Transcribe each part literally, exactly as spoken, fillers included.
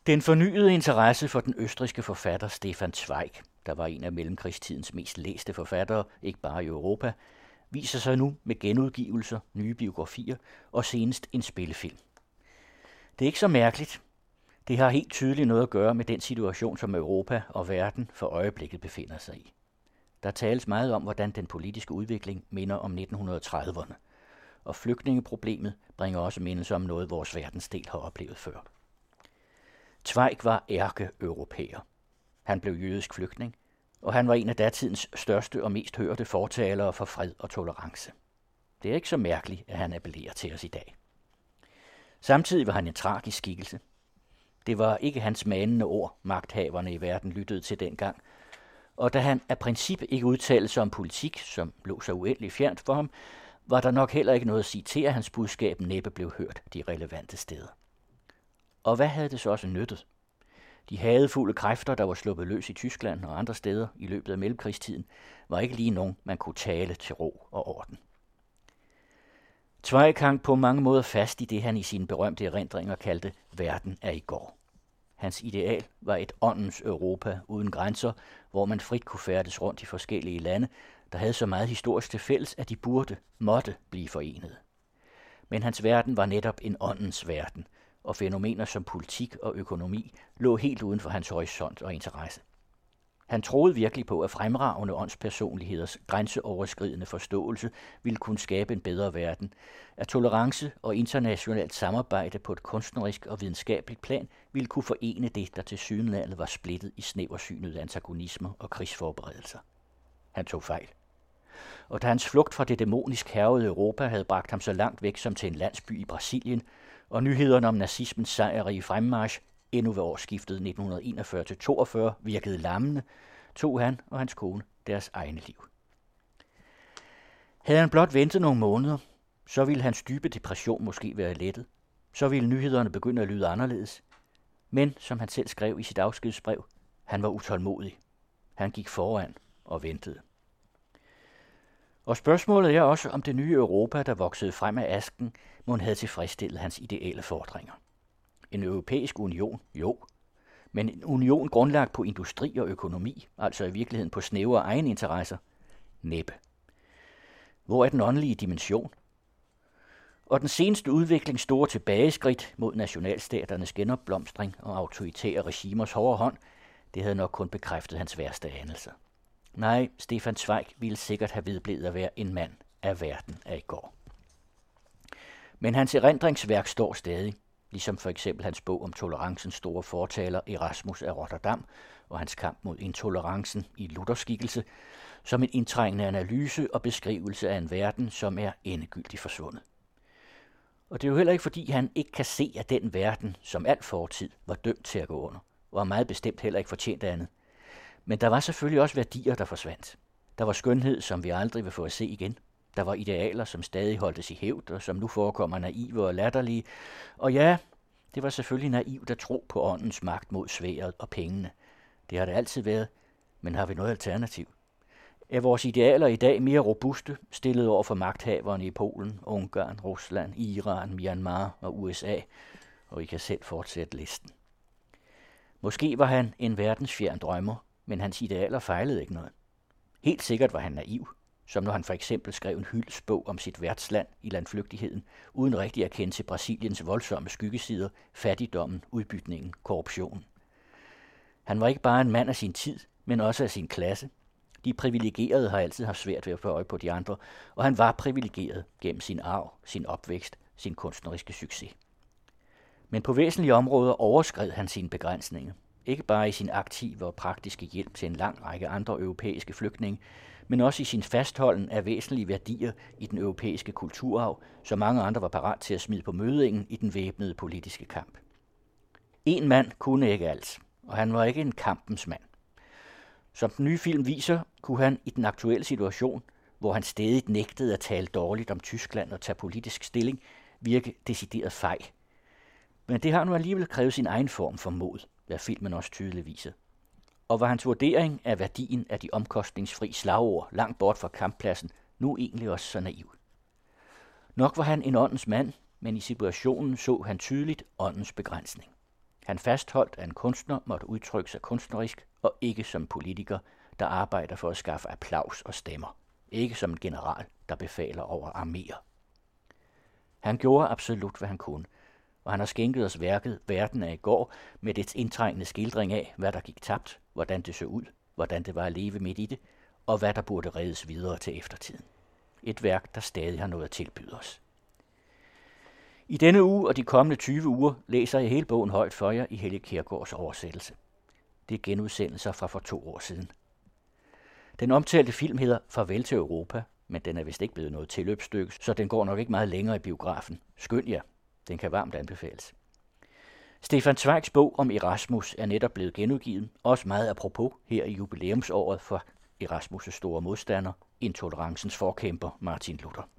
Den fornyede interesse for den østrigske forfatter Stefan Zweig, der var en af mellemkrigstidens mest læste forfattere, ikke bare i Europa, viser sig nu med genudgivelser, nye biografier og senest en spillefilm. Det er ikke så mærkeligt. Det har helt tydeligt noget at gøre med den situation, som Europa og verden for øjeblikket befinder sig i. Der tales meget om, hvordan den politiske udvikling minder om nitten trediverne, og flygtningeproblemet bringer også mindelser om noget, vores verdensdel har oplevet før. Zweig var ærke-europæer. Han blev jødisk flygtning, og han var en af datidens største og mest hørte fortalere for fred og tolerance. Det er ikke så mærkeligt, at han appellerer til os i dag. Samtidig var han en tragisk skikkelse. Det var ikke hans manende ord, magthaverne i verden lyttede til dengang, og da han af princip ikke udtalte sig om politik, som lå så uendeligt fjernt for ham, var der nok heller ikke noget at sige til, at hans budskab næppe blev hørt de relevante steder. Og hvad havde det så også nyttet? De hadefulde kræfter, der var sluppet løs i Tyskland og andre steder i løbet af mellemkrigstiden, var ikke lige nogen, man kunne tale til ro og orden. Zweig hang på mange måder fast i det, han i sine berømte erindringer kaldte verden af i går. Hans ideal var et åndens Europa uden grænser, hvor man frit kunne færdes rundt i forskellige lande, der havde så meget historisk til fælles, at de burde, måtte blive forenet. Men hans verden var netop en åndens verden, og fænomener som politik og økonomi lå helt uden for hans horisont og interesse. Han troede virkelig på, at fremragende åndspersonligheders grænseoverskridende forståelse ville kunne skabe en bedre verden, at tolerance og internationalt samarbejde på et kunstnerisk og videnskabeligt plan ville kunne forene det, der tilsyneladende var splittet i snæversynede antagonismer og krigsforberedelser. Han tog fejl. Og da hans flugt fra det dæmonisk hærgede Europa havde bragt ham så langt væk som til en landsby i Brasilien, og nyhederne om nazismens sejrige fremmarch endnu ved årsskiftet nitten enogfyrre til toogfyrre virkede lammende, tog han og hans kone deres egne liv. Havde han blot ventet nogle måneder, så ville hans dybe depression måske være lettet. Så ville nyhederne begynde at lyde anderledes. Men, som han selv skrev i sit afskedsbrev, han var utålmodig. Han gik foran og ventede. Og spørgsmålet er også, om det nye Europa, der voksede frem af asken, mon havde tilfredsstillet hans ideelle fordringer. En europæisk union, jo, men en union grundlagt på industri og økonomi, altså i virkeligheden på snævre egeninteresser, næppe. Hvor er den åndelige dimension? Og den seneste udvikling store tilbageskridt mod nationalstaternes genopblomstring og autoritære regimers hårde hånd, det havde nok kun bekræftet hans værste anelser. Nej, Stefan Zweig ville sikkert have vedblevet at være en mand af verden af i går. Men hans erindringsværk står stadig, ligesom for eksempel hans bog om tolerancens store fortaler Erasmus af Rotterdam og hans kamp mod intolerancen i Lutherskikkelse, som en indtrængende analyse og beskrivelse af en verden, som er endegyldigt forsvundet. Og det er jo heller ikke, fordi han ikke kan se, at den verden, som al fortid, var dømt til at gå under, og meget bestemt heller ikke fortjent andet. Men der var selvfølgelig også værdier, der forsvandt. Der var skønhed, som vi aldrig vil få at se igen. Der var idealer, som stadig holdtes i hævd, og som nu forekommer naive og latterlige. Og ja, det var selvfølgelig naivt at tro på åndens magt mod sværet og pengene. Det har det altid været, men har vi noget alternativ? Er vores idealer i dag mere robuste, stillet over for magthaverne i Polen, Ungarn, Rusland, Iran, Myanmar og U S A? Og I kan selv fortsætte listen. Måske var han en verdensfjern drømmer, men hans idealer fejlede ikke noget. Helt sikkert var han naiv, som når han for eksempel skrev en hyldestbog om sit værtsland i landflygtigheden, uden rigtig at kende til Brasiliens voldsomme skyggesider, fattigdommen, udbytningen, korruptionen. Han var ikke bare en mand af sin tid, men også af sin klasse. De privilegerede har altid haft svært ved at få øje på de andre, og han var privilegeret gennem sin arv, sin opvækst, sin kunstneriske succes. Men på væsentlige områder overskred han sine begrænsninger. Ikke bare i sin aktive og praktiske hjælp til en lang række andre europæiske flygtninge, men også i sin fastholden af væsentlige værdier i den europæiske kulturarv, som mange andre var parat til at smide på mødingen i den væbnede politiske kamp. En mand kunne ikke alt, og han var ikke en kampens mand. Som den nye film viser, kunne han i den aktuelle situation, hvor han stædigt nægtede at tale dårligt om Tyskland og tage politisk stilling, virke decideret fej. Men det har nu alligevel krævet sin egen form for mod, hvad filmen også tydeligt viser. Og var hans vurdering af værdien af de omkostningsfri slagord langt bort fra kamppladsen nu egentlig også så naiv. Nok var han en åndens mand, men i situationen så han tydeligt åndens begrænsning. Han fastholdt, at en kunstner måtte udtrykke sig kunstnerisk, og ikke som politiker, der arbejder for at skaffe applaus og stemmer. Ikke som en general, der befaler over arméer. Han gjorde absolut, hvad han kunne, og han har skænket os værket Verden af i går med dets indtrængende skildring af, hvad der gik tabt, hvordan det så ud, hvordan det var at leve midt i det, og hvad der burde reddes videre til eftertiden. Et værk, der stadig har noget at tilbyde os. I denne uge og de kommende tyve uger læser jeg hele bogen højt for jer i Helge Kjærgaards oversættelse. Det er genudsendelser fra for to år siden. Den omtalte film hedder Farvel til Europa, men den er vist ikke blevet noget tilløbsstykke, så den går nok ikke meget længere i biografen. Skynd jer, den kan varmt anbefales. Stefan Zweigs bog om Erasmus er netop blevet genudgivet, også meget apropos her i jubilæumsåret for Erasmus' store modstander, intolerancens forkæmper Martin Luther.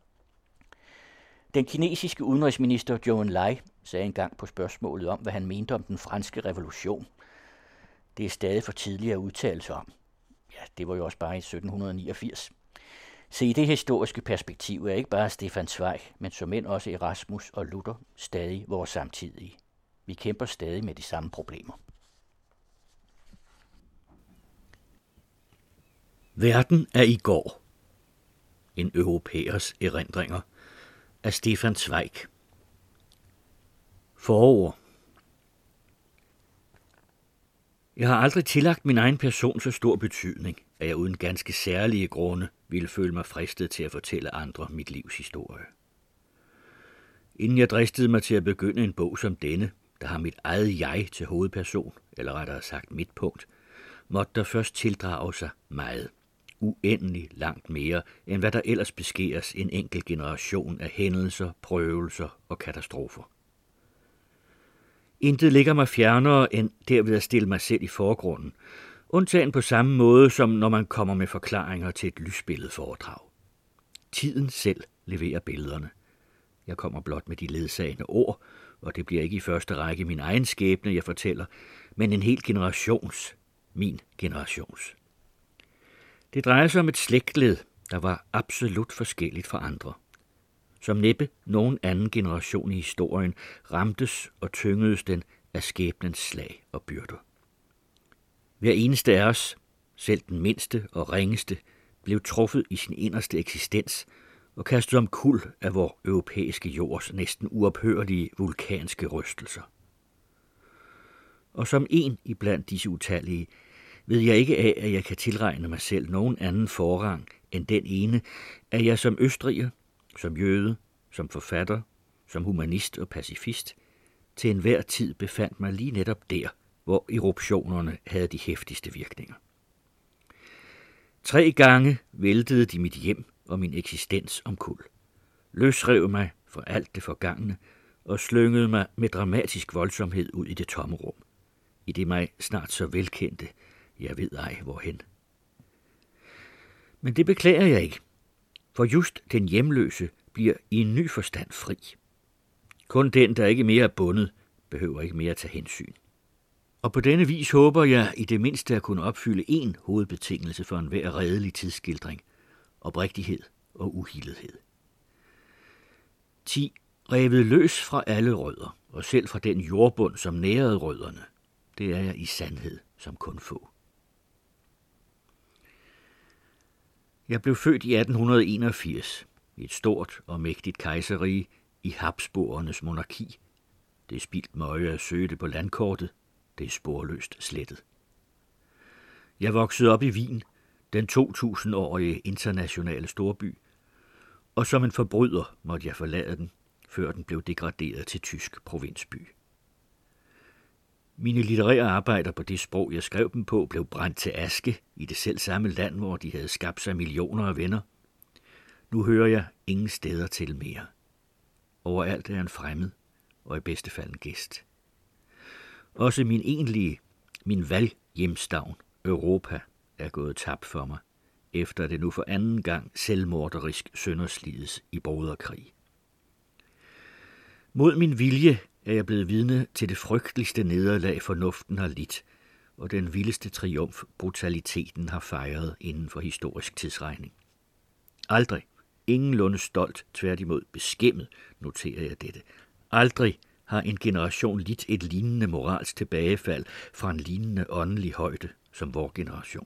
Den kinesiske udenrigsminister Zhou Enlai sagde engang på spørgsmålet om, hvad han mente om den franske revolution. Det er stadig for tidligt at udtale sig om. Ja, det var jo også bare i sytten niogfirs. Se, i det historiske perspektiv er ikke bare Stefan Zweig, men såmænd også Erasmus og Luther stadig vores samtidige. Vi kæmper stadig med de samme problemer. Verden er i går. En europæers erindringer af Stefan Zweig. Forord. Jeg har aldrig tillagt min egen person så stor betydning, at jeg uden ganske særlige grunde ville føle mig fristet til at fortælle andre mit livs historie. Inden jeg dristede mig til at begynde en bog som denne, der har mit eget jeg til hovedperson, eller rettere sagt midtpunkt, måtte der først tildrage sig meget, uendelig langt mere, end hvad der ellers beskæres en enkelt generation af hændelser, prøvelser og katastrofer. Intet ligger mig fjernere end derved at stille mig selv i forgrunden, undtagen på samme måde som når man kommer med forklaringer til et lysbilledforedrag. Tiden selv leverer billederne. Jeg kommer blot med de ledsagende ord, og det bliver ikke i første række min egen skæbne, jeg fortæller, men en hel generations, min generations. Det drejer sig om et slægtled, der var absolut forskelligt fra andre. Som næppe nogen anden generation i historien ramtes og tyngedes den af skæbnens slag og byrder. Hver eneste af os, selv den mindste og ringeste, blev truffet i sin inderste eksistens og kastet omkuld af vor europæiske jords næsten uophørlige vulkanske rystelser. Og som en iblandt disse utallige, ved jeg ikke af, at jeg kan tilregne mig selv nogen anden forrang end den ene, at jeg som østriger, som jøde, som forfatter, som humanist og pacifist, til enhver tid befandt mig lige netop der, hvor eruptionerne havde de heftigste virkninger. Tre gange væltede de mit hjem og min eksistens omkuld, løsrev mig fra alt det forgangne og slyngede mig med dramatisk voldsomhed ud i det tomme rum, i det mig snart så velkendte, jeg ved ej hvorhen. Men det beklager jeg ikke, for just den hjemløse bliver i en ny forstand fri. Kun den, der ikke mere er bundet, behøver ikke mere at tage hensyn. Og på denne vis håber jeg i det mindste at kunne opfylde én hovedbetingelse for enhver redelig tidsskildring, oprigtighed og uhildethed. ti. Revet løs fra alle rødder, og selv fra den jordbund, som nærede rødderne, det er jeg i sandhed som kun få. Jeg blev født i atten enogfirs i et stort og mægtigt kejserrige i Habsburgernes monarki. Det er spildt møje at søge det på landkortet. Det er sporløst slettet. Jeg voksede op i Wien, den to tusind-årige internationale storby, og som en forbryder måtte jeg forlade den, før den blev degraderet til tysk provinsby. Mine litterære arbejder på det sprog, jeg skrev dem på, blev brændt til aske i det selv samme land, hvor de havde skabt sig millioner af venner. Nu hører jeg ingen steder til mere. Overalt er jeg en fremmed, og i bedste fald en gæst. Også min egentlige, min valghjemstavn, Europa, er gået tabt for mig, efter det nu for anden gang selvmorderisk sønderslides i broderkrig. Mod min vilje er jeg blevet vidne til det frygteligste nederlag, fornuften har lidt, og den vildeste triumf, brutaliteten har fejret inden for historisk tidsregning. Aldrig, ingenlunde stolt, tværtimod beskæmmet, noterer jeg dette. Aldrig har en generation lidt et lignende moralsk tilbagefald fra en lignende åndelig højde som vor generation.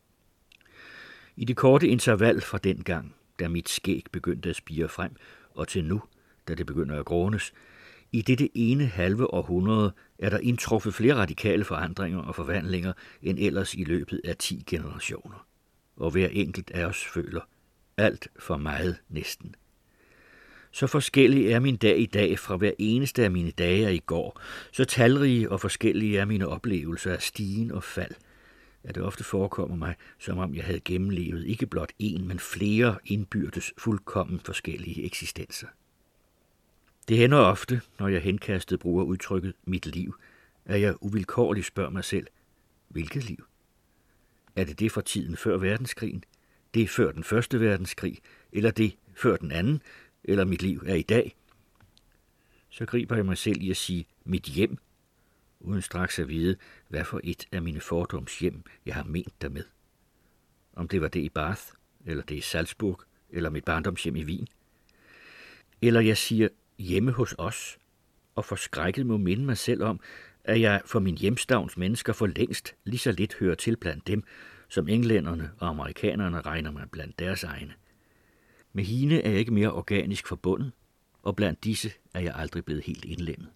I det korte interval fra den gang, da mit skæg begyndte at spire frem, og til nu, da det begynder at grånes, i dette ene halve århundrede er der indtruffet flere radikale forandringer og forvandlinger end ellers i løbet af ti generationer. Og hver enkelt af os føler alt for meget næsten. Så forskellig er min dag i dag fra hver eneste af mine dage af i går. Så talrige og forskellige er mine oplevelser af stigen og fald, at det ofte forekommer mig, som om jeg havde gennemlevet ikke blot en, men flere indbyrdes fuldkommen forskellige eksistenser. Det hænder ofte, når jeg henkastet bruger udtrykket mit liv, at jeg uvilkårligt spørger mig selv, hvilket liv? Er det det fra tiden før verdenskrigen, det før den første verdenskrig, eller det før den anden, eller mit liv er i dag? Så griber jeg mig selv i at sige mit hjem, uden straks at vide, hvad for et af mine fordoms hjem, jeg har ment dermed. Om det var det i Bath, eller det i Salzburg, eller mit barndomshjem i Wien. Eller jeg siger hjemme hos os, og forskrækket må minde mig selv om, at jeg for min hjemstavns mennesker for længst lige så lidt hører til blandt dem, som englænderne og amerikanerne regner mig blandt deres egne. Med hende er jeg ikke mere organisk forbundet, og blandt disse er jeg aldrig blevet helt indlemmet.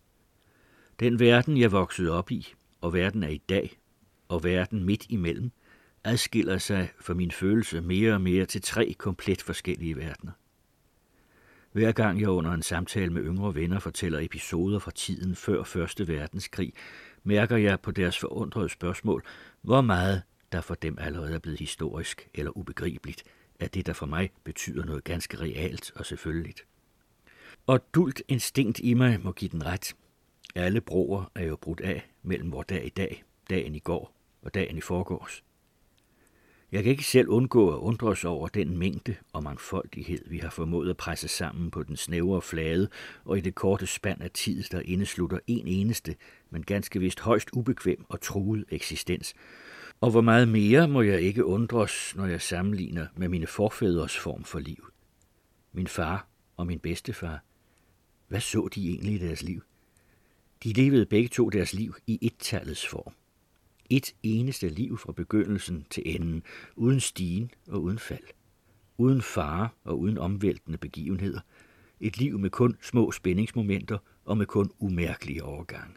Den verden, jeg voksede op i, og verden er i dag, og verden midt imellem, adskiller sig for min følelse mere og mere til tre komplet forskellige verdener. Hver gang jeg under en samtale med yngre venner fortæller episoder fra tiden før første verdenskrig, mærker jeg på deres forundrede spørgsmål, hvor meget der for dem allerede er blevet historisk eller ubegribeligt, at det der for mig betyder noget ganske realt og selvfølgeligt. Og duldt instinkt i mig må give den ret. Alle broer er jo brudt af mellem vor dag i dag, dagen i går og dagen i forgårs. Jeg kan ikke selv undgå at undres over den mængde og mangfoldighed, vi har formået at presse sammen på den snævre flade og i det korte spand af tid, der indeslutter en eneste, men ganske vist højst ubekvem og truet eksistens. Og hvor meget mere må jeg ikke undres, når jeg sammenligner med mine forfædres form for liv. Min far og min bedstefar. Hvad så de egentlig i deres liv? De levede begge to deres liv i et-tallets form. Et eneste liv fra begyndelsen til enden, uden stigen og uden fald. Uden fare og uden omvæltende begivenheder. Et liv med kun små spændingsmomenter og med kun umærkelige overgange.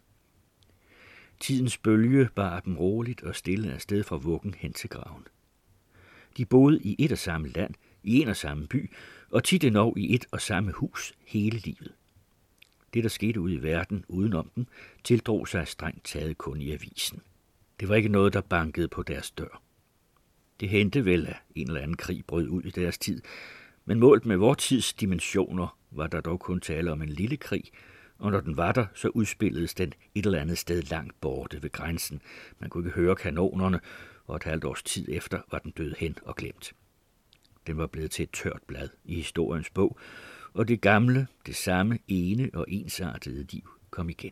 Tidens bølge bar dem roligt og stille afsted fra vuggen hen til graven. De boede i et og samme land, i en og samme by, og tit endog i et og samme hus hele livet. Det, der skete ude i verden udenom dem, tildrog sig strengt taget kun i avisen. Det var ikke noget, der bankede på deres dør. Det hentede vel, at en eller anden krig brød ud i deres tid, men målt med vor tids dimensioner var der dog kun tale om en lille krig, og når den var der, så udspilledes den et eller andet sted langt borte ved grænsen. Man kunne ikke høre kanonerne, og et halvt års tid efter var den død hen og glemt. Den var blevet til et tørt blad i historiens bog, og det gamle, det samme ene og ensartede liv kom igen.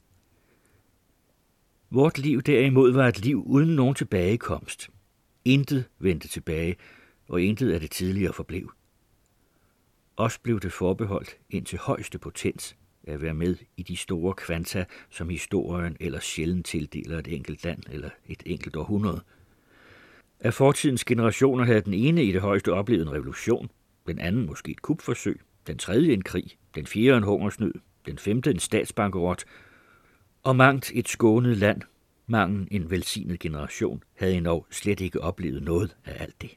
Vort liv derimod var et liv uden nogen tilbagekomst. Intet vendte tilbage, og intet af det tidligere forblev. Os blev det forbeholdt indtil højeste potens at være med i de store kvanta, som historien ellers sjældent tildeler et enkelt land eller et enkelt århundrede. Af fortidens generationer havde den ene i det højeste oplevet en revolution, den anden måske et kupforsøg, den tredje en krig, den fjerde en hungersnød, den femte en statsbankerot, og mangt et skånet land, mangen en velsignet generation, havde endnu slet ikke oplevet noget af alt det.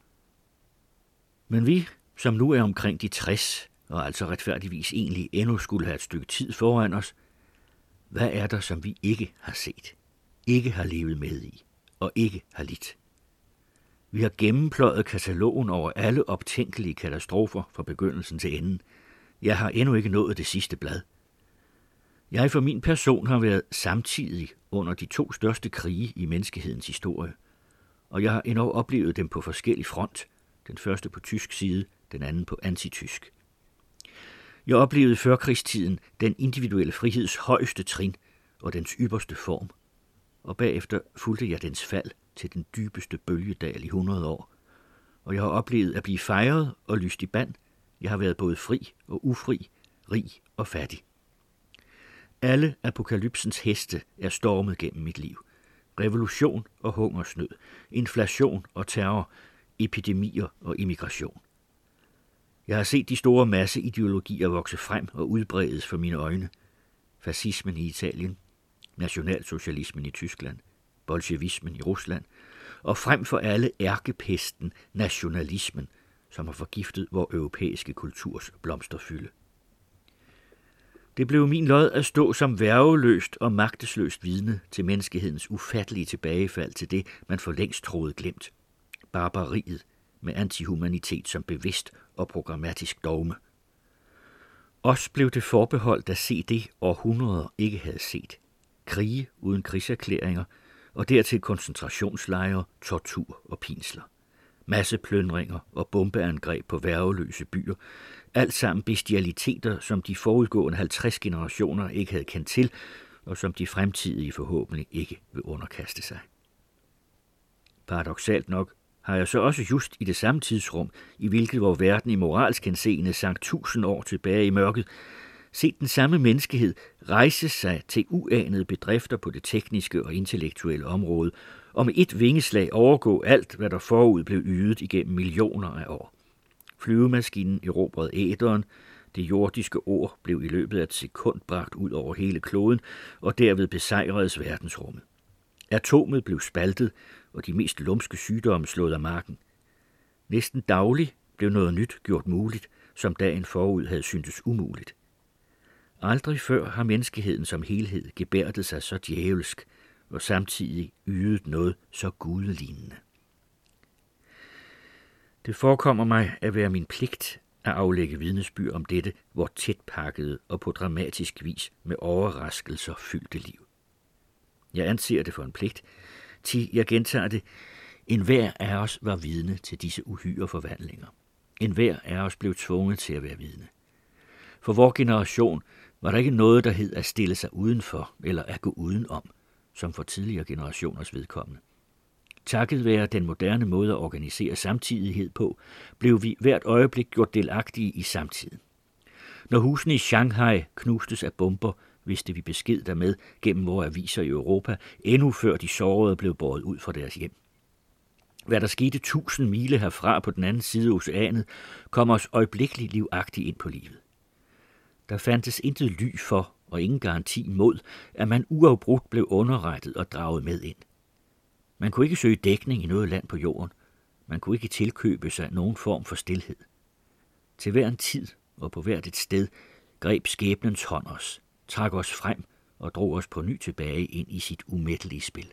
Men vi, som nu er omkring de tres, og altså retfærdigvis egentlig endnu skulle have et stykke tid foran os, hvad er der, som vi ikke har set, ikke har levet med i, og ikke har lidt? Vi har gennempløjet katalogen over alle optænkelige katastrofer fra begyndelsen til enden. Jeg har endnu ikke nået det sidste blad. Jeg for min person har været samtidig under de to største krige i menneskehedens historie, og jeg har endnu oplevet dem på forskellig front, den første på tysk side, den anden på antitysk. Jeg oplevede før krigstiden den individuelle friheds højeste trin og dens ypperste form, og bagefter fulgte jeg dens fald til den dybeste bølgedal i hundrede år, og jeg har oplevet at blive fejret og lyst i band. Jeg har været både fri og ufri, rig og fattig. Alle apokalypsens heste er stormet gennem mit liv. Revolution og hungersnød, inflation og terror, epidemier og immigration. Jeg har set de store masseideologier vokse frem og udbredes for mine øjne. Fascismen i Italien, nationalsocialismen i Tyskland, bolsjevismen i Rusland, og frem for alle ærkepesten, nationalismen, som har forgiftet vor europæiske kulturs blomsterfylde. Det blev min lod at stå som værgeløst og magtesløst vidne til menneskehedens ufattelige tilbagefald til det, man for længst troede glemt. Barbariet med antihumanitet som bevidst og programmatisk dogme. Os blev det forbeholdt at se det, århundreder ikke havde set. Krige uden krigserklæringer, og dertil koncentrationslejre, tortur og pinsler. Masseplyndringer og bombeangreb på værgeløse byer, alt sammen bestialiteter, som de forudgående halvtreds generationer ikke havde kendt til, og som de fremtidige forhåbentlig ikke vil underkaste sig. Paradoksalt nok har jeg så også just i det samme tidsrum, i hvilket vor verden i moralsk henseende sank tusind år tilbage i mørket, set den samme menneskehed rejse sig til uanede bedrifter på det tekniske og intellektuelle område, og med et vingeslag overgå alt, hvad der forud blev ydet igennem millioner af år. Flyvemaskinen erobrede æteren, det jordiske ord blev i løbet af et sekund bragt ud over hele kloden, og derved besejredes verdensrummet. Atomet blev spaltet, og de mest lumske sygdomme slået af marken. Næsten dagligt blev noget nyt gjort muligt, som dagen forud havde syntes umuligt. Aldrig før har menneskeheden som helhed gebærdet sig så djævelsk, og samtidig ydet noget så gudelignende. Det forekommer mig at være min pligt at aflægge vidnesbyrd om dette, hvor tæt pakkede og på dramatisk vis med overraskelser fyldte liv. Jeg anser det for en pligt, til jeg gentager det, enhver af os var vidne til disse uhyre forvandlinger. Enhver af os blev tvunget til at være vidne. For vor generation var der ikke noget, der hed at stille sig udenfor eller at gå udenom, som for tidligere generationers vedkommende. Takket være den moderne måde at organisere samtidighed på, blev vi hvert øjeblik gjort delagtige i samtiden. Når husene i Shanghai knustes af bomber, vidste vi besked dermed gennem vores aviser i Europa, endnu før de sårede blev båret ud fra deres hjem. Hvad der skete tusind mile herfra på den anden side af oceanet, kom os øjeblikkeligt livagtigt ind på livet. Der fandtes intet ly for og ingen garanti mod, at man uafbrudt blev underrettet og draget med ind. Man kunne ikke søge dækning i noget land på jorden. Man kunne ikke tilkøbe sig nogen form for stilhed. Til hver en tid og på hvert et sted greb skæbnens hånd os, trak os frem og drog os på ny tilbage ind i sit umættelige spil.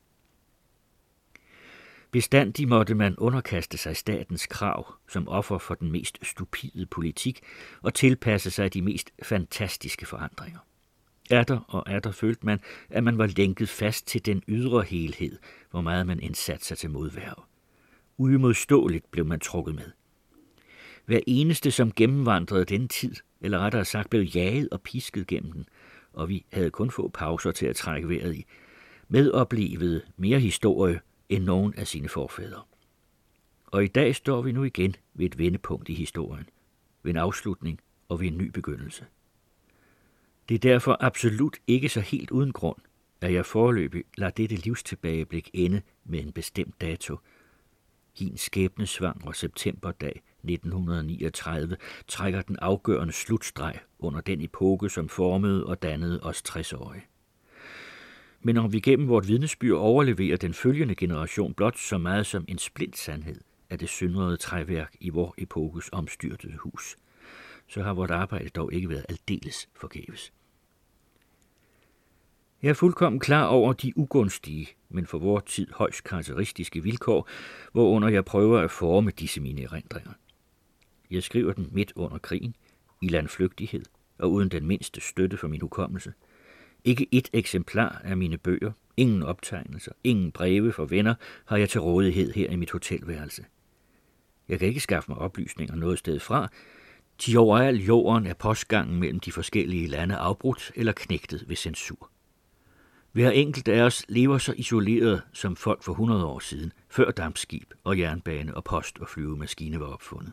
Bestandig måtte man underkaste sig statens krav som offer for den mest stupide politik og tilpasse sig de mest fantastiske forandringer. Atter og atter følte man, at man var lænket fast til den ydre helhed, hvor meget man indsatte sig til modværge. Uimodståeligt blev man trukket med. Hver eneste, som gennemvandrede den tid, eller rettere sagt blev jaget og pisket gennem den, og vi havde kun få pauser til at trække vejret i, medoplevede mere historie end nogen af sine forfædre. Og i dag står vi nu igen ved et vendepunkt i historien, ved en afslutning og ved en ny begyndelse. Det er derfor absolut ikke så helt uden grund, at jeg foreløbig lader dette livstilbageblik ende med en bestemt dato. Hin skæbnesvangre septemberdag nitten niogtredive trækker den afgørende slutstreg under den epoke, som formede og dannede os tres-årige. Men når vi gennem vort vidnesbyrd overleverer den følgende generation blot så meget som en splint sandhed af det syndrede træværk i vor epokes omstyrtede hus, så har vort arbejde dog ikke været aldeles forgæves. Jeg er fuldkommen klar over de ugunstige, men for vor tid højst karakteristiske vilkår, hvorunder jeg prøver at forme disse mine erindringer. Jeg skriver dem midt under krigen, i landflygtighed og uden den mindste støtte for min hukommelse. Ikke et eksemplar af mine bøger, ingen optegnelser, ingen breve for venner har jeg til rådighed her i mit hotelværelse. Jeg kan ikke skaffe mig oplysninger noget sted fra, til overalt jorden er postgangen mellem de forskellige lande afbrudt eller knægtet ved censur. Hver enkelt af os lever så isoleret som folk for hundrede år siden, før dampskib og jernbane og post og flyvemaskine var opfundet.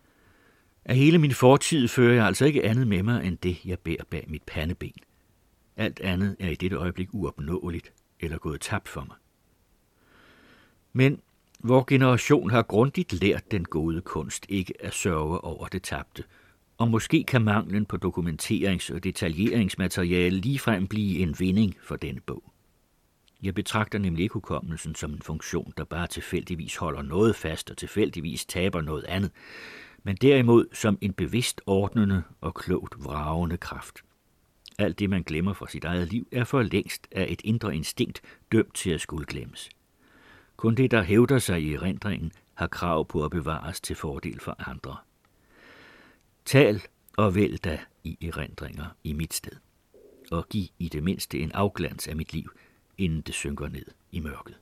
Af hele min fortid fører jeg altså ikke andet med mig end det, jeg bærer bag mit pandeben. Alt andet er i dette øjeblik uopnåeligt eller gået tabt for mig. Men vor generation har grundigt lært den gode kunst ikke at sørge over det tabte, og måske kan manglen på dokumenterings- og detaljeringsmateriale ligefrem blive en vinding for denne bog. Jeg betragter nemlig ikke hukommelsen som en funktion, der bare tilfældigvis holder noget fast og tilfældigvis taber noget andet, men derimod som en bevidst ordnende og klogt vragende kraft. Alt det, man glemmer fra sit eget liv, er for længst af et indre instinkt dømt til at skulle glemmes. Kun det, der hævder sig i erindringen, har krav på at bevares til fordel for andre. Tal og vælg da i erindringer i mit sted, og giv i det mindste en afglans af mit liv, inden det synker ned i mørket.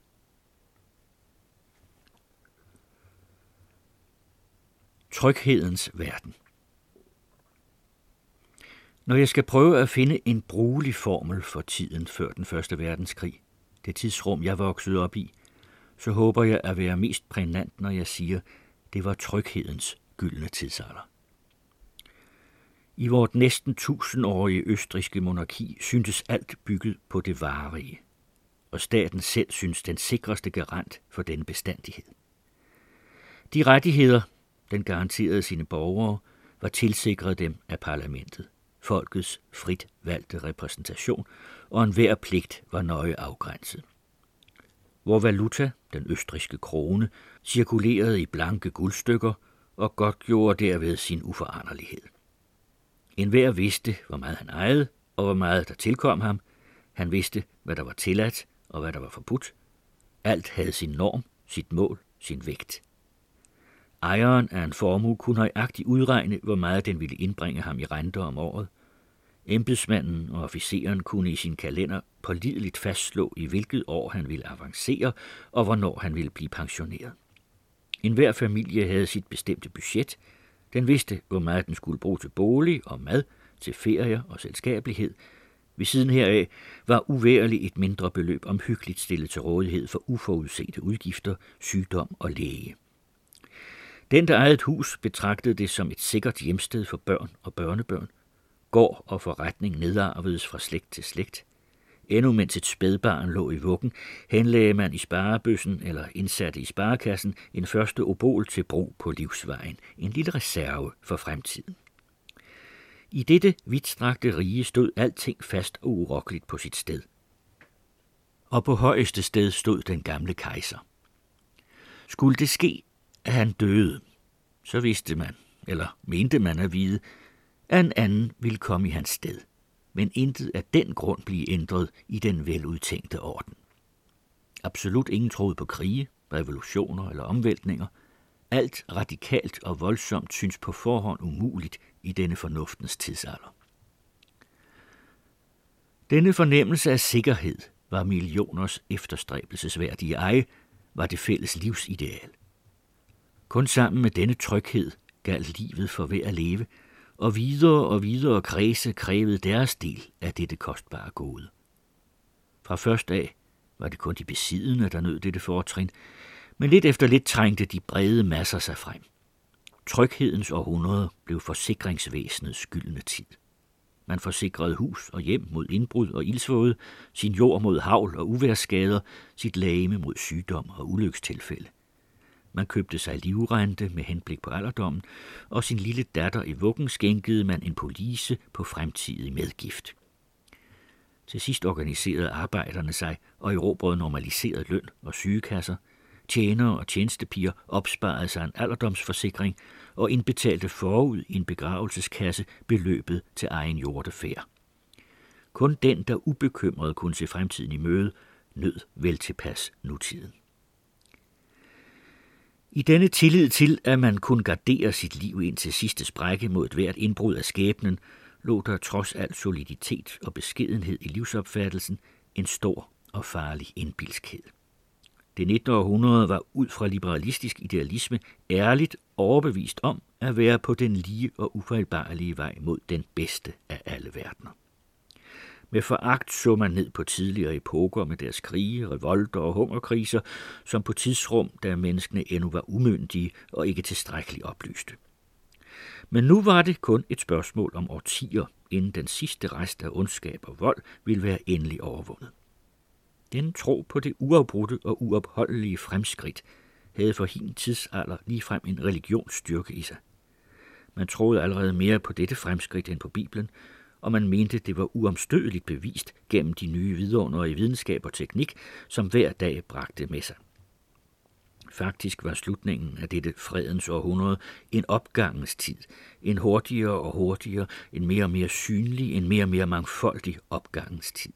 Tryghedens verden. Når jeg skal prøve at finde en brugelig formel for tiden før den første verdenskrig, det tidsrum, jeg voksede op i, så håber jeg at være mest prægnant, når jeg siger, det var tryghedens gyldne tidsalder. I vort næsten tusindårige østrigske monarki syntes alt bygget på det varige, og staten selv synes den sikreste garant for den bestandighed. De rettigheder, den garanterede sine borgere, var tilsikret dem af parlamentet, folkets frit valgte repræsentation, og enhver pligt var nøje afgrænset. Vor valuta, den østrigske krone, cirkulerede i blanke guldstykker og godtgjorde derved sin uforanderlighed. Enhver vidste, hvor meget han ejede, og hvor meget der tilkom ham. Han vidste, hvad der var tilladt og hvad der var forbudt. Alt havde sin norm, sit mål, sin vægt. Ejeren af en formue kunne nøjagtigt udregne, hvor meget den ville indbringe ham i renter om året. Embedsmanden og officeren kunne i sin kalender pålideligt fastslå, i hvilket år han ville avancere, og hvornår han ville blive pensioneret. Enhver familie havde sit bestemte budget. Den vidste, hvor meget den skulle bruge til bolig og mad, til ferier og selskabelighed. Ved siden heraf var uværligt et mindre beløb omhyggeligt stillet til rådighed for uforudsete udgifter, sygdom og læge. Den, der ejede et hus, betragtede det som et sikkert hjemsted for børn og børnebørn. Gård og forretning nedarvedes fra slægt til slægt. Endnu mens et spædbarn lå i vuggen, henlagde man i sparebøssen eller indsatte i sparekassen en første obol til brug på livsvejen, en lille reserve for fremtiden. I dette vidtstrakte rige stod alting fast og urokkeligt på sit sted. Og på højeste sted stod den gamle kejser. Skulle det ske, at han døde, så vidste man, eller mente man at vide, at en anden ville komme i hans sted, men intet af den grund blive ændret i den veludtænkte orden. Absolut ingen troede på krige, revolutioner eller omvæltninger. Alt radikalt og voldsomt synes på forhånd umuligt i denne fornuftens tidsalder. Denne fornemmelse af sikkerhed var millioners efterstræbelsesværdige eje, var det fælles livsideal. Kun sammen med denne tryghed galt livet for hver at leve, og videre og videre kredse krævede deres del af dette kostbare gode. Fra først af var det kun de besiddende, der nød dette fortrin, men lidt efter lidt trængte de brede masser sig frem. Tryghedens århundrede blev forsikringsvæsenets gyldne tid. Man forsikrede hus og hjem mod indbrud og ildsvåde, sin jord mod hagl og uvejrsskader, sit legeme mod sygdom og ulykstilfælde. Man købte sig livrente med henblik på alderdommen, og sin lille datter i vuggen skænkede man en police på fremtidig medgift. Til sidst organiserede arbejderne sig og erobrede normaliseret løn og sygekasser. Tjenere og tjenestepiger opsparede sig en alderdomsforsikring og indbetalte forud i en begravelseskasse beløbet til egen hjortefærd. Kun den, der ubekymret kunne se fremtiden i møde, nød vel tilpas nutiden. I denne tillid til, at man kunne gardere sit liv ind til sidste sprække mod et hvert indbrud af skæbnen, lå der trods al soliditet og beskedenhed i livsopfattelsen en stor og farlig indbilskhed. Det nittende århundrede var ud fra liberalistisk idealisme ærligt overbevist om at være på den lige og ufejlbarlige vej mod den bedste af alle verdener. Med foragt så man ned på tidligere epoker med deres krige, revolter og hungerkriser, som på tidsrum, da menneskene endnu var umyndige og ikke tilstrækkeligt oplyste. Men nu var det kun et spørgsmål om årtier, inden den sidste rest af ondskab og vold ville være endelig overvundet. Den tro på det uafbrudte og uopholdelige fremskridt havde for hin tidsalder ligefrem en religionsstyrke i sig. Man troede allerede mere på dette fremskridt end på Bibelen, og man mente, det var uomstødeligt bevist gennem de nye vidunder i videnskab og teknik, som hver dag bragte med sig. Faktisk var slutningen af dette fredens århundrede en opgangens tid, en hurtigere og hurtigere, en mere og mere synlig, en mere og mere mangfoldig opgangens tid.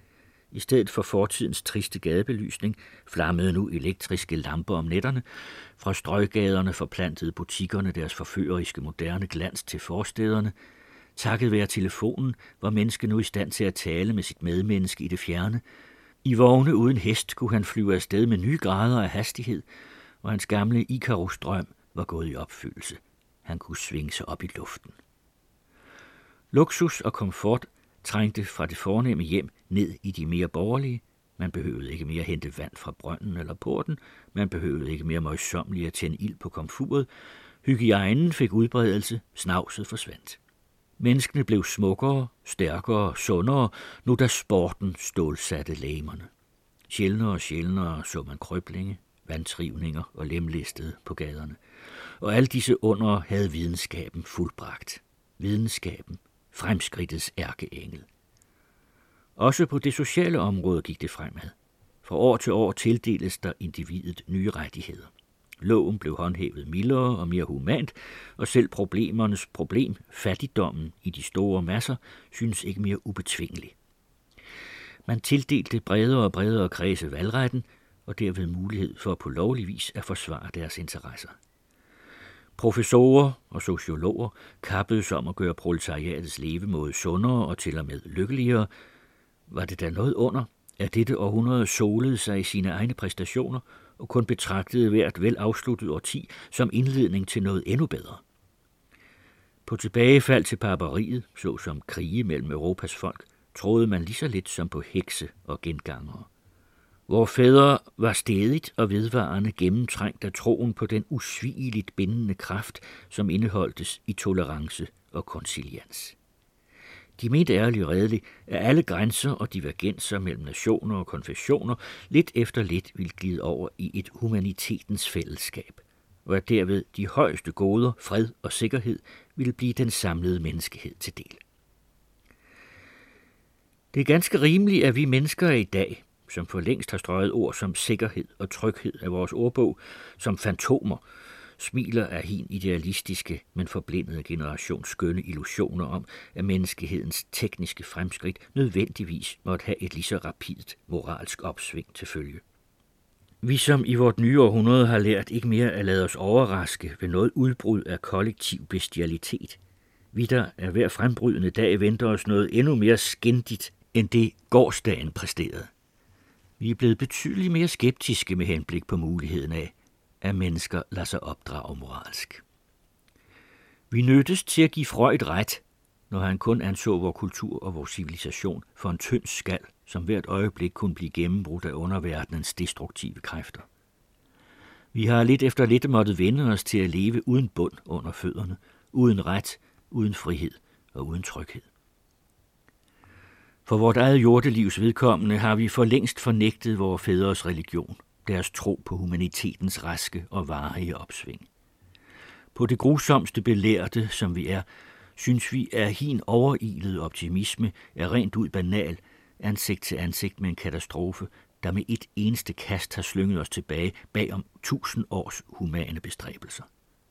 I stedet for fortidens triste gadebelysning flammede nu elektriske lamper om nætterne, fra strøgaderne forplantede butikkerne deres forføreriske moderne glans til forstæderne. Takket være telefonen var mennesket nu i stand til at tale med sit medmenneske i det fjerne. I vogne uden hest kunne han flyve afsted med nye grader af hastighed, og hans gamle Ikarus-drøm var gået i opfyldelse. Han kunne svinge sig op i luften. Luksus og komfort trængte fra det fornemme hjem ned i de mere borgerlige. Man behøvede ikke mere hente vand fra brønden eller porten. Man behøvede ikke mere møjsommeligt at tænde ild på komfuret. Hygiejnen fik udbredelse. Snavset forsvandt. Menneskene blev smukkere, stærkere, sundere, nu da sporten stålsatte lægemerne. Sjældnere og sjældnere så man krøblinge, vandtrivninger og lemlistede på gaderne. Og alle disse under havde videnskaben fuldbragt. Videnskaben, fremskridtets ærkeengel. Også på det sociale område gik det fremad. Fra år til år tildeles der individet nye rettigheder. Loven blev håndhævet mildere og mere humant, og selv problemernes problem, fattigdommen i de store masser, synes ikke mere ubetvingelig. Man tildelte bredere og bredere kredse valgretten, og derved mulighed for på lovlig vis at forsvare deres interesser. Professorer og sociologer kappedes om at gøre proletariatets levemåde sundere og til og med lykkeligere. Var det da noget under, at dette århundrede solede sig i sine egne præstationer og kun betragtede hvert vel afsluttet årti som indledning til noget endnu bedre? På tilbagefald til barbariet, såsom krige mellem Europas folk, troede man lige så lidt som på hekse og gengangere. Vor fædre var stædigt og vedvarende gennemtrængt af troen på den usvigeligt bindende kraft, som indeholdtes i tolerance og konsilians. De mente ærligt og redeligt, at alle grænser og divergenser mellem nationer og konfessioner lidt efter lidt ville glide over i et humanitetens fællesskab, og at derved de højeste goder, fred og sikkerhed ville blive den samlede menneskehed til del. Det er ganske rimeligt, at vi mennesker i dag, som for længst har strøget ord som sikkerhed og tryghed af vores ordbog, som fantomer, smiler af hin idealistiske, men forblindede generations skønne illusioner om, at menneskehedens tekniske fremskridt nødvendigvis måtte have et lige så rapidt moralsk opsving til følge. Vi som i vort nye århundrede har lært ikke mere at lade os overraske ved noget udbrud af kollektiv bestialitet. Vi der er hver frembrydende dag venter os noget endnu mere skændigt, end det gårsdagen præsterede. Vi er blevet betydeligt mere skeptiske med henblik på muligheden af, at mennesker lader sig opdrage moralsk. Vi nødtes til at give Freud ret, når han kun anså vor kultur og vores civilisation for en tynd skal, som hvert øjeblik kunne blive gennembrudt af underverdenens destruktive kræfter. Vi har lidt efter lidt måttet vende os til at leve uden bund under fødderne, uden ret, uden frihed og uden tryghed. For vort eget jordelivs vedkommende har vi for længst fornægtet vores fædres religion, deres tro på humanitetens raske og varige opsving. På det grusomste belærte, som vi er, synes vi, at hin overilede optimisme er rent ud banal, ansigt til ansigt med en katastrofe, der med et eneste kast har slynget os tilbage bag om tusind års humane bestræbelser.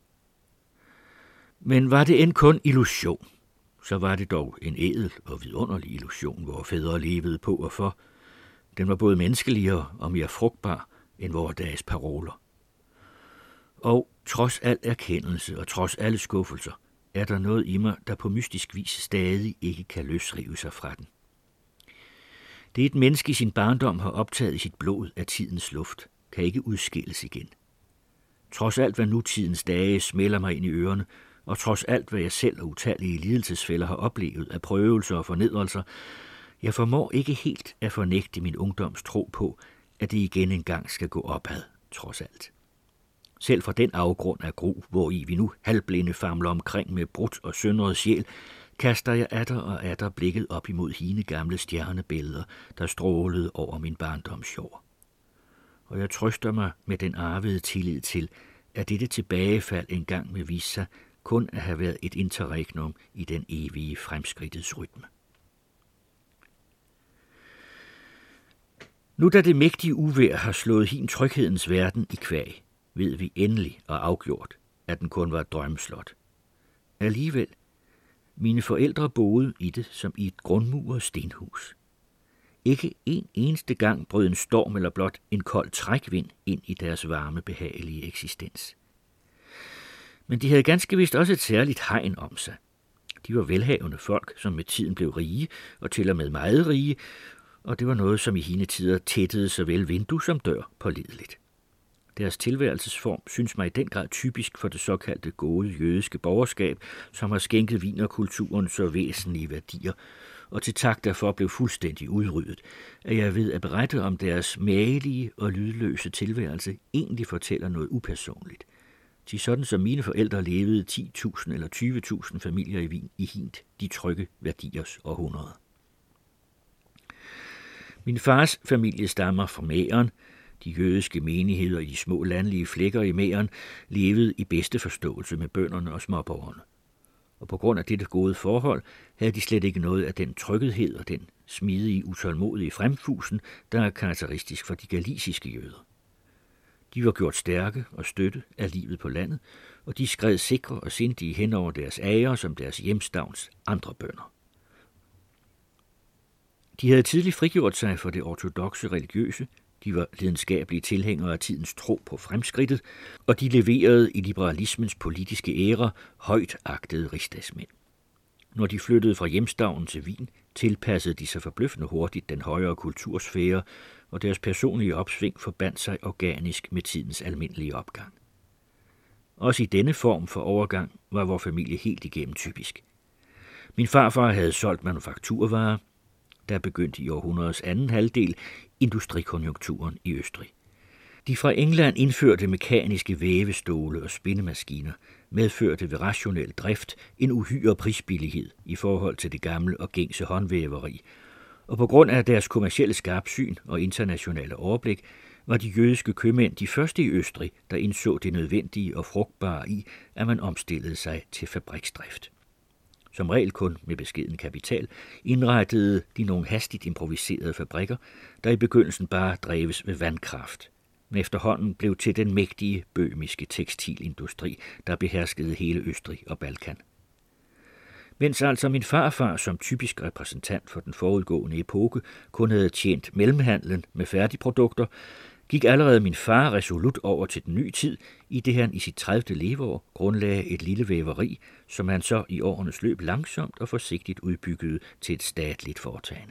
Men var det end kun illusion, så var det dog en ædel og vidunderlig illusion, hvor fædre levede på og for. Den var både menneskeligere og mere frugtbar end vores dages paroler. Og trods al erkendelse og trods alle skuffelser, er der noget i mig, der på mystisk vis stadig ikke kan løsrive sig fra den. Det et menneske i sin barndom har optaget i sit blod af tidens luft, kan ikke udskilles igen. Trods alt, hvad nutidens dage smælder mig ind i ørerne, og trods alt, hvad jeg selv og utallige lidelsesfælder har oplevet af prøvelser og fornedrelser, jeg formår ikke helt at fornægte min ungdoms tro på, at det igen engang skal gå opad, trods alt. Selv fra den afgrund af gru, hvor i vi nu halvblinde famler omkring med brudt og syndret sjæl, kaster jeg atter og atter blikket op imod hine gamle stjernebilleder, der strålede over min barndomsjord. Og jeg trøster mig med den arvede tillid til, at dette tilbagefald engang vil vise sig kun at have været et interregnum i den evige fremskridtets rytme. Nu da det mægtige uvejr har slået hin tryghedens verden i kvæg, ved vi endelig og afgjort, at den kun var et drømmeslot. Alligevel, mine forældre boede i det som i et grundmuret stenhus. Ikke en eneste gang brød en storm eller blot en kold trækvind ind i deres varme, behagelige eksistens. Men de havde ganske vist også et særligt hegn om sig. De var velhavende folk, som med tiden blev rige, og til og med meget rige, og det var noget, som i hine tider tættede såvel vindue som dør pålideligt. Deres tilværelsesform synes mig i den grad typisk for det såkaldte gode jødiske borgerskab, som har skænket wienerkulturen så væsentlige værdier, og til tak derfor blev fuldstændig udryddet, at jeg ved at berette om deres magelige og lydløse tilværelse egentlig fortæller noget upersonligt. De sådan som mine forældre levede ti tusind eller tyve tusind familier i Wien i hint de trygge værdiers århundrede. Min fars familie stammer fra Mähren. De jødiske menigheder i de små landlige flækker i Mähren levede i bedste forståelse med bønderne og småborgerne. Og på grund af dette gode forhold havde de slet ikke noget af den tryghed og den smidige, utålmodige fremfusen, der er karakteristisk for de galiciske jøder. De var gjort stærke og støtte af livet på landet, og de skred sikre og sindige hen over deres æger som deres hjemstavns andre bønder. De havde tidligt frigjort sig for det ortodokse religiøse, de var lidenskabelige tilhængere af tidens tro på fremskridtet, og de leverede i liberalismens politiske æra højt agtede rigsdagsmænd. Når de flyttede fra hjemstavnen til Wien, tilpassede de sig forbløffende hurtigt den højere kultursfære, og deres personlige opsving forbandt sig organisk med tidens almindelige opgang. Også i denne form for overgang var vor familie helt igennem typisk. Min farfar havde solgt manufakturvarer, der begyndte i århundredets anden halvdel industrikonjunkturen i Østrig. De fra England indførte mekaniske vævestole og spindemaskiner medførte ved rationel drift en uhyre prisbillighed i forhold til det gamle og gængse håndvæveri, og på grund af deres kommercielle skarpsyn og internationale overblik var de jødiske købmænd de første i Østrig, der indså det nødvendige og frugtbare i, at man omstillede sig til fabriksdrift. Som regel kun med beskeden kapital, indrettede de nogle hastigt improviserede fabrikker, der i begyndelsen bare dreves ved vandkraft, men efterhånden blev til den mægtige bøhmiske tekstilindustri, der beherskede hele Østrig og Balkan. Mens altså min farfar som typisk repræsentant for den forudgående epoke kun havde tjent mellemhandlen med færdigprodukter, gik allerede min far resolut over til den nye tid, i det han i sit tredivte leveår grundlagde et lille væveri, som han så i årenes løb langsomt og forsigtigt udbyggede til et statligt foretagende.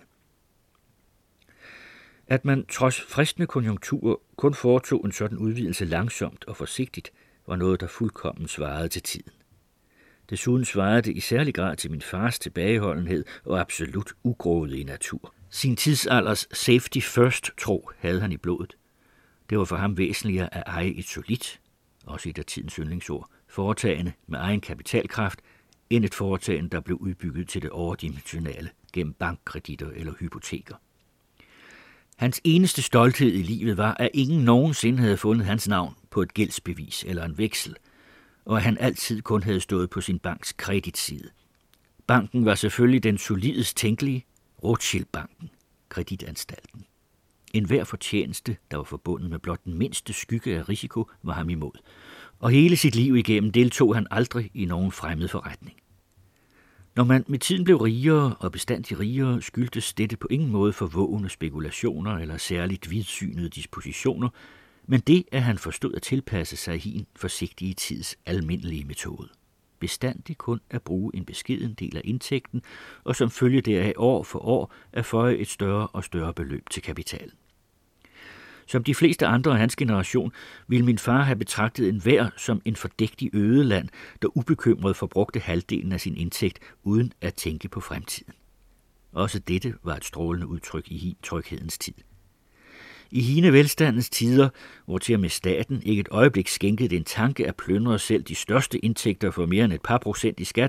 At man trods fristende konjunkturer kun foretog en sådan udvidelse langsomt og forsigtigt, var noget, der fuldkommen svarede til tiden. Desuden svarede det i særlig grad til min fars tilbageholdenhed og absolut ugrådige natur. Sin tidsalders safety first-tro havde han i blodet. Det var for ham væsentligere at eje et solidt, også et af tidens yndlingsord, foretagende med egen kapitalkraft, end et foretagende, der blev udbygget til det overdimensionale gennem bankkreditter eller hypoteker. Hans eneste stolthed i livet var, at ingen nogensinde havde fundet hans navn på et gældsbevis eller en veksel, og at han altid kun havde stået på sin banks kreditside. Banken var selvfølgelig den solidest tænkelige, Rothschild-banken, kreditanstalten. En hver fortjeneste, der var forbundet med blot den mindste skygge af risiko, var ham imod, og hele sit liv igennem deltog han aldrig i nogen fremmed forretning. Når man med tiden blev rigere og bestandig rigere, skyldtes dette på ingen måde forvågne spekulationer eller særligt vidsynede dispositioner, men det, at han forstod at tilpasse sig i en forsigtige tids almindelige metode. Bestandig kun at bruge en beskeden del af indtægten, og som følge deraf år for år at føje et større og større beløb til kapitalen. Som de fleste andre af hans generation, ville min far have betragtet enhver som en fordægtig ødeland, der ubekymret forbrugte halvdelen af sin indtægt uden at tænke på fremtiden. Også dette var et strålende udtryk i tryghedens tid. I hine velstandens tider, hvor til og med staten ikke et øjeblik skænkede en tanke at plyndre selv de største indtægter for mere end et par procent i skat,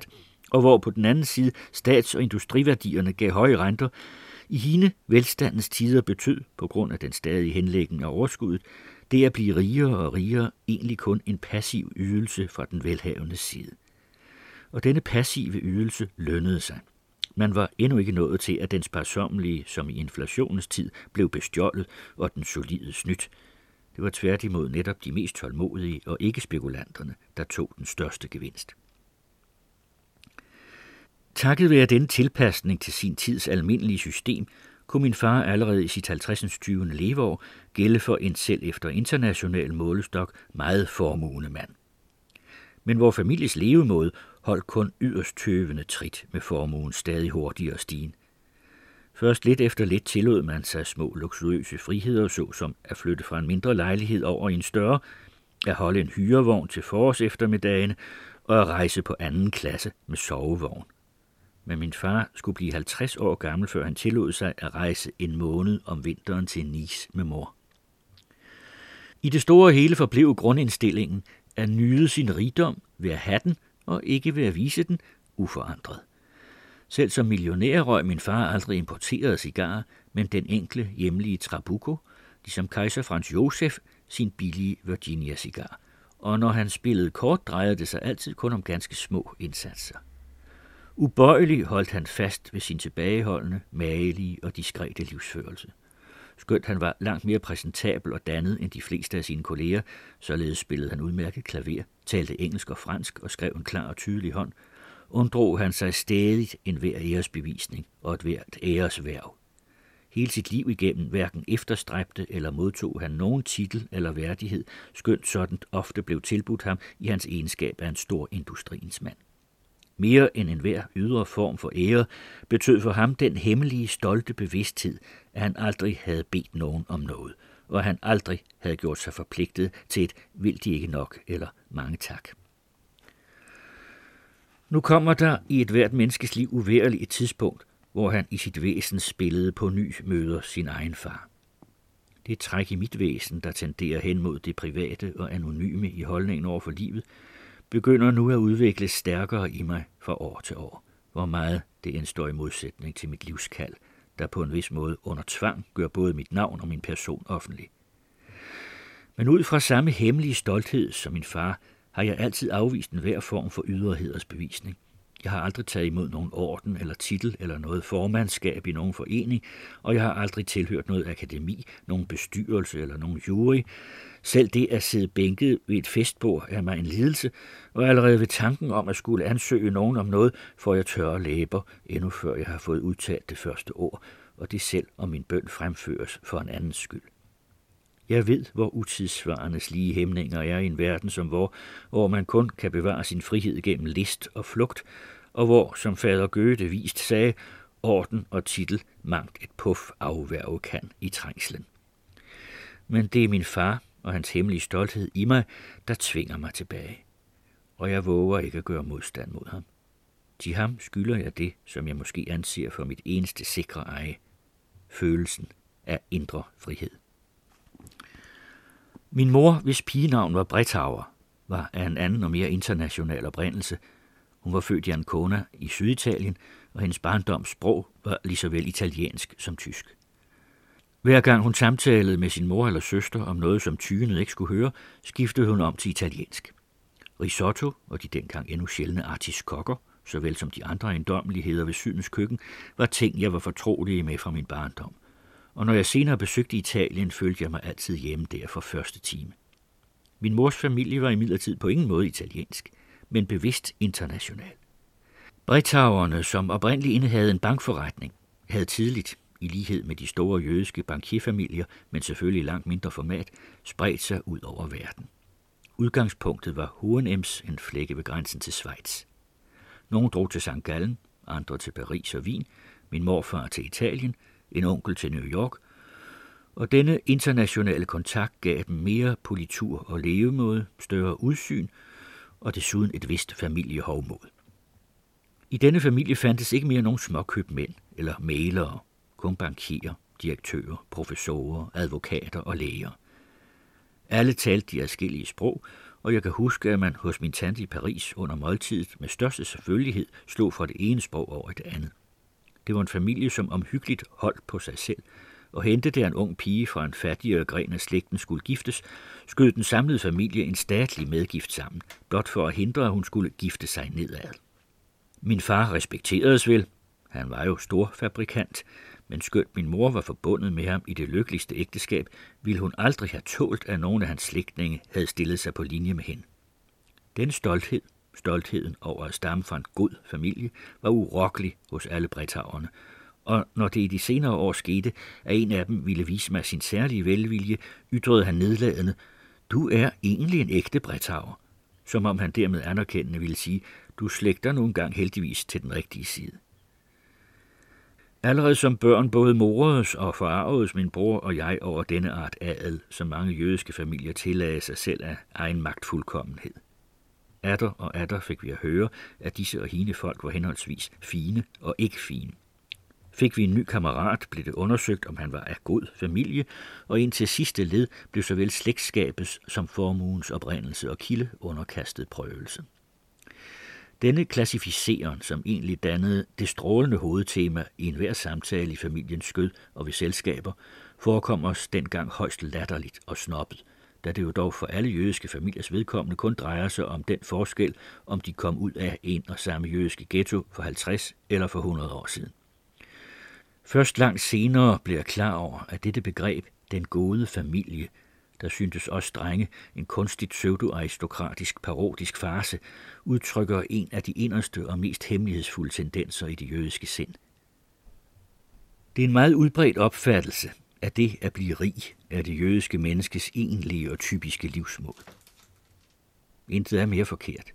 og hvor på den anden side stats- og industriværdierne gav høje renter, i hende velstandens tider betød, på grund af den stadige henlægning af overskuddet, det at blive rigere og rigere egentlig kun en passiv ydelse fra den velhavende side. Og denne passive ydelse lønnede sig. Man var endnu ikke nået til, at den sparsommelige, som i inflationens tid, blev bestjålet, og den solide snydt. Det var tværtimod netop de mest tålmodige og ikke spekulanterne, der tog den største gevinst. Takket være denne tilpasning til sin tids almindelige system, kunne min far allerede i sit halvtredsens tyvende leveår gælde for en selv efter international målestok meget formuende mand. Men vor families levemåde holdt kun yderst tøvende trit med formuen stadig hurtigere stigen. Først lidt efter lidt tillod man sig små luksuriøse friheder, såsom at flytte fra en mindre lejlighed over i en større, at holde en hyrevogn til forårs eftermiddagene og at rejse på anden klasse med sovevogn. Men min far skulle blive halvtreds år gammel, før han tillod sig at rejse en måned om vinteren til Nice med mor. I det store hele forblev grundindstillingen at nyde sin rigdom ved at have den og ikke ved at vise den uforandret. Selv som millionær røg min far aldrig importerede cigarer, men den enkle hjemlige Trabuco, ligesom kejser Franz Josef sin billige Virginia-cigar. Og når han spillede kort, drejede det sig altid kun om ganske små indsatser. Ubøjelig holdt han fast ved sin tilbageholdende, magelige og diskrete livsførelse. Skønt han var langt mere præsentabel og dannet end de fleste af sine kolleger, således spillede han udmærket klaver, talte engelsk og fransk og skrev en klar og tydelig hånd, undrog han sig stadig en hver æresbevisning og et hvert æresværv. Hele sit liv igennem hverken efterstræbte eller modtog han nogen titel eller værdighed, skønt sådan ofte blev tilbudt ham i hans egenskab af en stor industriens mand. Mere end enhver ydre form for ære betød for ham den hemmelige, stolte bevidsthed, at han aldrig havde bedt nogen om noget, og han aldrig havde gjort sig forpligtet til et vil de ikke nok eller mange tak. Nu kommer der i et hvert menneskes liv uværligt et tidspunkt, hvor han i sit væsen spillede på ny møder sin egen far. Det træk i mit væsen, der tenderer hen mod det private og anonyme i holdningen over for livet, begynder nu at udvikles stærkere i mig fra år til år, hvor meget det end står i modsætning til mit livskald, der på en vis måde under tvang gør både mit navn og min person offentlig. Men ud fra samme hemmelige stolthed som min far, har jeg altid afvist enhver form for ydre bevisning. Jeg har aldrig taget imod nogen orden eller titel eller noget formandskab i nogen forening, og jeg har aldrig tilhørt noget akademi, nogen bestyrelse eller nogen jury. Selv det at sidde bænket ved et festbord er mig en lidelse, og allerede ved tanken om at skulle ansøge nogen om noget, får jeg tørre læber, endnu før jeg har fået udtalt det første ord, og det selv om min bøn fremføres for en andens skyld. Jeg ved, hvor utidssvarende slige hæmninger er i en verden som vor, hvor man kun kan bevare sin frihed gennem list og flugt, og hvor, som fader Goethe vist sagde, orden og titel mangt et puff afværge kan i trængslen. Men det er min far og hans hemmelige stolthed i mig, der tvinger mig tilbage, og jeg våger ikke at gøre modstand mod ham. Til ham skylder jeg det, som jeg måske anser for mit eneste sikre eje, følelsen af indre frihed. Min mor, hvis pigenavn var Brettauer, var af en anden og mere international oprindelse. Hun var født i Ancona i Syditalien, og hendes barndoms sprog var lige så vel italiensk som tysk. Hver gang hun samtalede med sin mor eller søster om noget, som tygenet ikke skulle høre, skiftede hun om til italiensk. Risotto og de dengang endnu sjældne artiskokker, såvel som de andre ejendommeligheder ved Sydens køkken, var ting, jeg var fortrolig med fra min barndom. Og når jeg senere besøgte Italien, følte jeg mig altid hjemme der fra første time. Min mors familie var imidlertid på ingen måde italiensk, men bevidst international. Brettauerne, som oprindeligt indehade en bankforretning, havde tidligt, i lighed med de store jødiske bankierfamilier, men selvfølgelig langt mindre format, spredt sig ud over verden. Udgangspunktet var Hohenems, en flække ved grænsen til Schweiz. Nogle drog til Sankt Gallen, andre til Paris og Wien, min morfar til Italien, en onkel til New York, og denne internationale kontakt gav dem mere politur og levemåde, større udsyn og desuden et vist familiehovmod. I denne familie fandtes ikke mere nogen småkøbmænd eller mælere, kun bankier, direktører, professorer, advokater og læger. Alle talte de adskillige sprog, og jeg kan huske, at man hos min tante i Paris under måltidet med største selvfølgelighed slog fra det ene sprog over i det andet. Det var en familie, som omhyggeligt holdt på sig selv, og hente der en ung pige fra en fattigere gren af slægten skulle giftes, skød den samlede familie en statlig medgift sammen, blot for at hindre, at hun skulle gifte sig nedad. Min far respekteredes vel. Han var jo storfabrikant, men skønt min mor var forbundet med ham i det lykkeligste ægteskab, ville hun aldrig have tålt, at nogen af hans slægtninge havde stillet sig på linje med hende. Den stolthed, stoltheden over at stamme fra en god familie, var urokkelig hos alle brethaverne, og når det i de senere år skete, at en af dem ville vise mig sin særlige velvilje, ytrede han nedladende: "Du er egentlig en ægte brethaver," som om han dermed anerkendende ville sige: "Du slægter nogle gang heldigvis til den rigtige side." Allerede som børn både moredes og forarvedes min bror og jeg over denne art adel, som mange jødiske familier tillagde sig selv af egen magtfuldkommenhed. Atter og atter fik vi at høre, at disse og hine folk var henholdsvis fine og ikke fine. Fik vi en ny kammerat, blev det undersøgt, om han var af god familie, og indtil sidste led blev såvel slægtskabets som formuens oprindelse og kilde underkastet prøvelse. Denne klassificeren, som egentlig dannede det strålende hovedtema i enhver samtale i familiens skød og ved selskaber, forekom os dengang højst latterligt og snobbet, da det jo dog for alle jødiske familiers vedkommende kun drejer sig om den forskel, om de kom ud af en og samme jødiske ghetto for halvtreds eller for hundrede år siden. Først langt senere blev jeg klar over, at dette begreb, den gode familie, der syntes os drenge en kunstigt pseudo-aristokratisk parodisk farce, udtrykker en af de inderste og mest hemmelighedsfulde tendenser i det jødiske sind. Det er en meget udbredt opfattelse, at det at blive rig er det jødiske menneskes egentlige og typiske livsmål. Intet er mere forkert.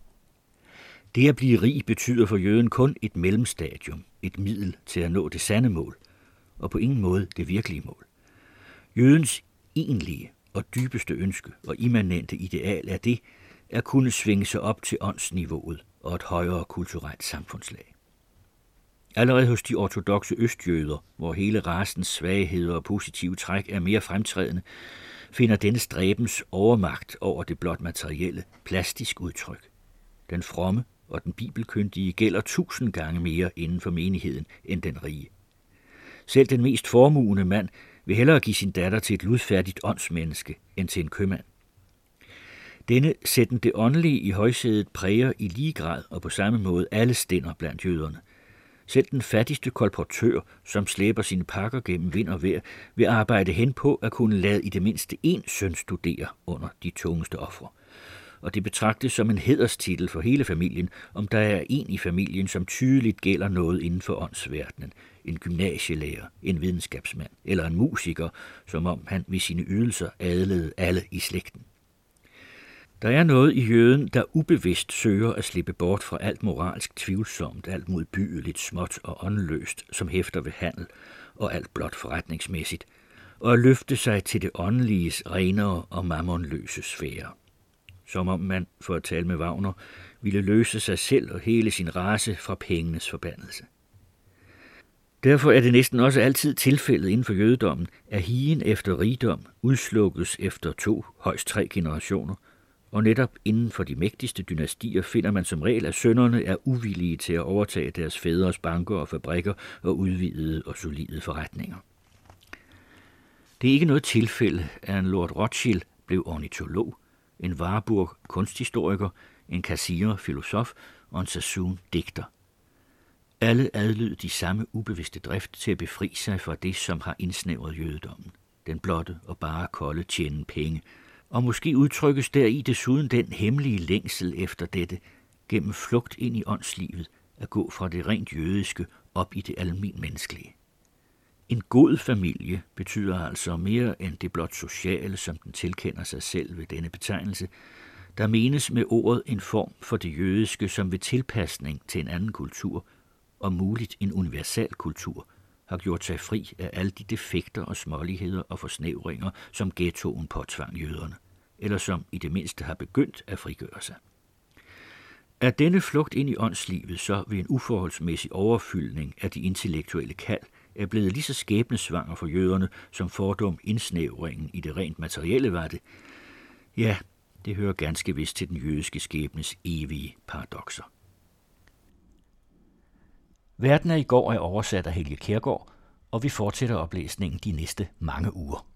Det at blive rig betyder for jøden kun et mellemstadium, et middel til at nå det sande mål, og på ingen måde det virkelige mål. Jødens egentlige og dybeste ønske og immanente ideal er det at kunne svinge sig op til åndsniveauet og et højere kulturelt samfundslag. Allerede hos de ortodokse østjøder, hvor hele racens svagheder og positive træk er mere fremtrædende, finder denne stræbens overmagt over det blot materielle plastisk udtryk. Den fromme og den bibelkyndige gælder tusind gange mere inden for menigheden end den rige. Selv den mest formuende mand vil hellere give sin datter til et ludfærdigt åndsmenneske end til en købmand. Denne sætten det åndelige i højsædet præger i lige grad og på samme måde alle stænder blandt jøderne. Selv den fattigste kolportør, som slæber sine pakker gennem vind og vejr, vil arbejde hen på at kunne lade i det mindste én søn studere under de tungeste ofre. Og det betragtes som en hæderstitel for hele familien, om der er en i familien, som tydeligt gælder noget inden for åndsverdenen, en gymnasielærer, en videnskabsmand eller en musiker, som om han ved sine ydelser adlede alle i slægten. Der er noget i jøden, der ubevidst søger at slippe bort fra alt moralsk tvivlsomt, alt modbydeligt, småt og åndeløst, som hæfter ved handel og alt blot forretningsmæssigt, og at løfte sig til det åndeliges renere og mammonløse sfære. Som om man, for at tale med Wagner, ville løse sig selv og hele sin race fra pengenes forbandelse. Derfor er det næsten også altid tilfældet inden for jødedommen, at higen efter rigdom udslukkes efter to, højst tre generationer, og netop inden for de mægtigste dynastier finder man som regel, at sønnerne er uvillige til at overtage deres fædres banker og fabrikker og udvidede og solide forretninger. Det er ikke noget tilfælde, at en Lord Rothschild blev ornitolog, en Warburg kunsthistoriker, en Cassirer filosof og en Sassoon digter. Alle adlød de samme ubevidste drift til at befri sig fra det, som har indsnævret jødedommen, den blotte og bare kolde tjene penge, og måske udtrykkes deri desuden den hemmelige længsel efter dette, gennem flugt ind i åndslivet, at gå fra det rent jødiske op i det almen menneskelige. En god familie betyder altså mere end det blot sociale, som den tilkender sig selv ved denne betegnelse. Der menes med ordet en form for det jødiske, som ved tilpasning til en anden kultur, og muligt en universal kultur, har gjort sig fri af alle de defekter og småligheder og forsnævringer, som ghettoen påtvang jøderne, eller som i det mindste har begyndt at frigøre sig. Er denne flugt ind i åndslivet så ved en uforholdsmæssig overfyldning af de intellektuelle kald, er blevet lige så skæbnesvanger for jøderne, som fordom indsnævringen i det rent materielle var det? Ja, Det hører ganske vist til den jødiske skæbnes evige paradokser. Verden af i går er oversat af Helge Kjærgaard, og vi fortsætter oplæsningen de næste mange uger.